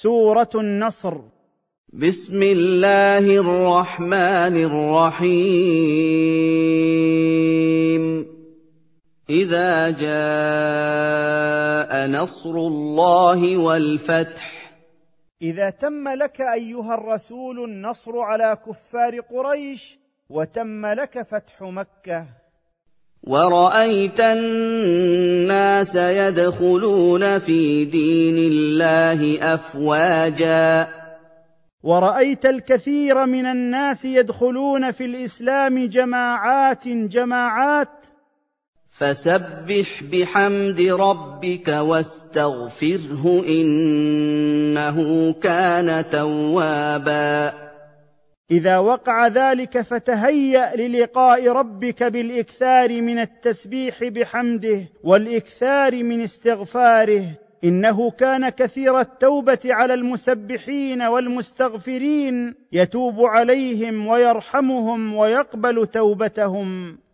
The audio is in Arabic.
سورة النصر. بسم الله الرحمن الرحيم. إذا جاء نصر الله والفتح. إذا تم لك أيها الرسول النصر على كفار قريش وتم لك فتح مكة، ورأيت الناس يدخلون في دين الله أفواجا، ورأيت الكثير من الناس يدخلون في الإسلام جماعات، فسبح بحمد ربك واستغفره إنه كان توابا. إذا وقع ذلك فتهيأ للقاء ربك بالإكثار من التسبيح بحمده والإكثار من استغفاره، إنه كان كثير التوبة على المسبحين والمستغفرين، يتوب عليهم ويرحمهم ويقبل توبتهم.